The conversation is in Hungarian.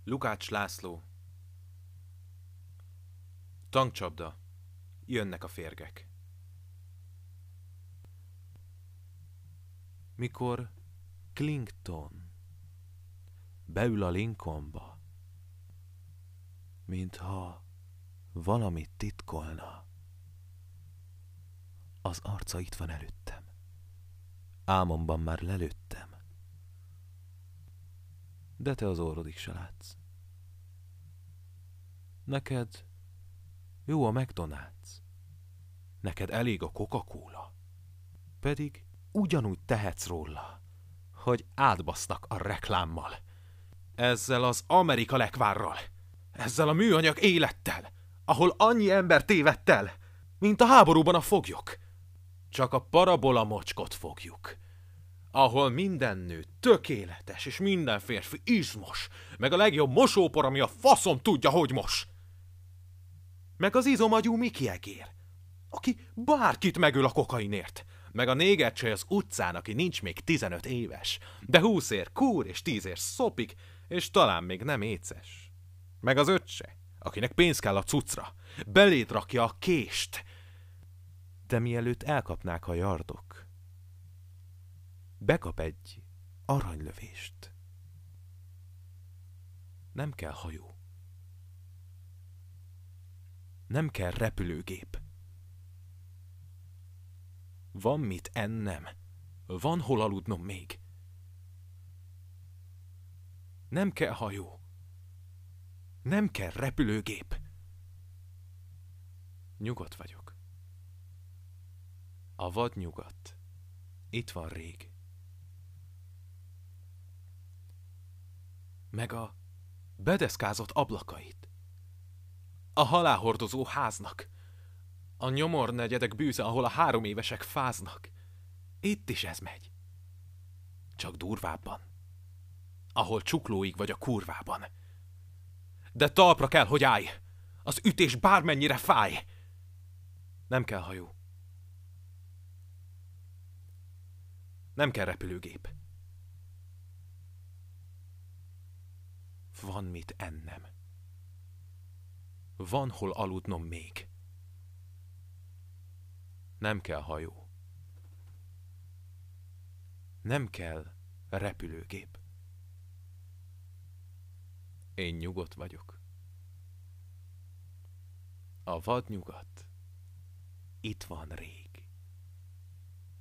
Lukács László. Tankcsapda. Jönnek a férgek. Mikor Clinton beül a Lincolnba, mintha valamit titkolna, az arca itt van előttem. Álmomban már lelőttem. De te az orrodig se látsz. Neked jó a McDonald's. Neked elég a Coca-Cola. Pedig ugyanúgy tehetsz róla, hogy átbasznak a reklámmal. Ezzel az Amerika lekvárral. Ezzel a műanyag élettel, ahol annyi ember tévedt el, mint a háborúban a foglyok. Csak a parabola mocskot fogjuk, ahol minden nő tökéletes, és minden férfi izmos, meg a legjobb mosópor, ami a faszom tudja, hogy mos. Meg az izomagyú Miki egér, aki bárkit megöl a kokainért, meg a négercsaj az utcán, aki nincs még 15 éves, de 20 ér kúr, és 10 ér szopik, és talán még nem éces. Meg az öccse, akinek pénz kell a cuccra, beléd rakja a kést, de mielőtt elkapnák a yardok, bekap egy aranylövést. Nem kell hajó. Nem kell repülőgép. Van mit ennem. Van hol aludnom még. Nem kell hajó. Nem kell repülőgép. Nyugodt vagyok. A vadnyugat itt van rég. Meg a bedeszkázott ablakait. A halálhordozó háznak. A nyomornegyedek bűze, ahol a 3 évesek fáznak. Itt is ez megy. Csak durvábban. Ahol csuklóig vagy a kurvában. De talpra kell, hogy állj. Az ütés bármennyire fáj. Nem kell hajó. Nem kell repülőgép. Van mit ennem. Van hol aludnom még. Nem kell hajó. Nem kell repülőgép. Én nyugodt vagyok. A vadnyugat itt van rég.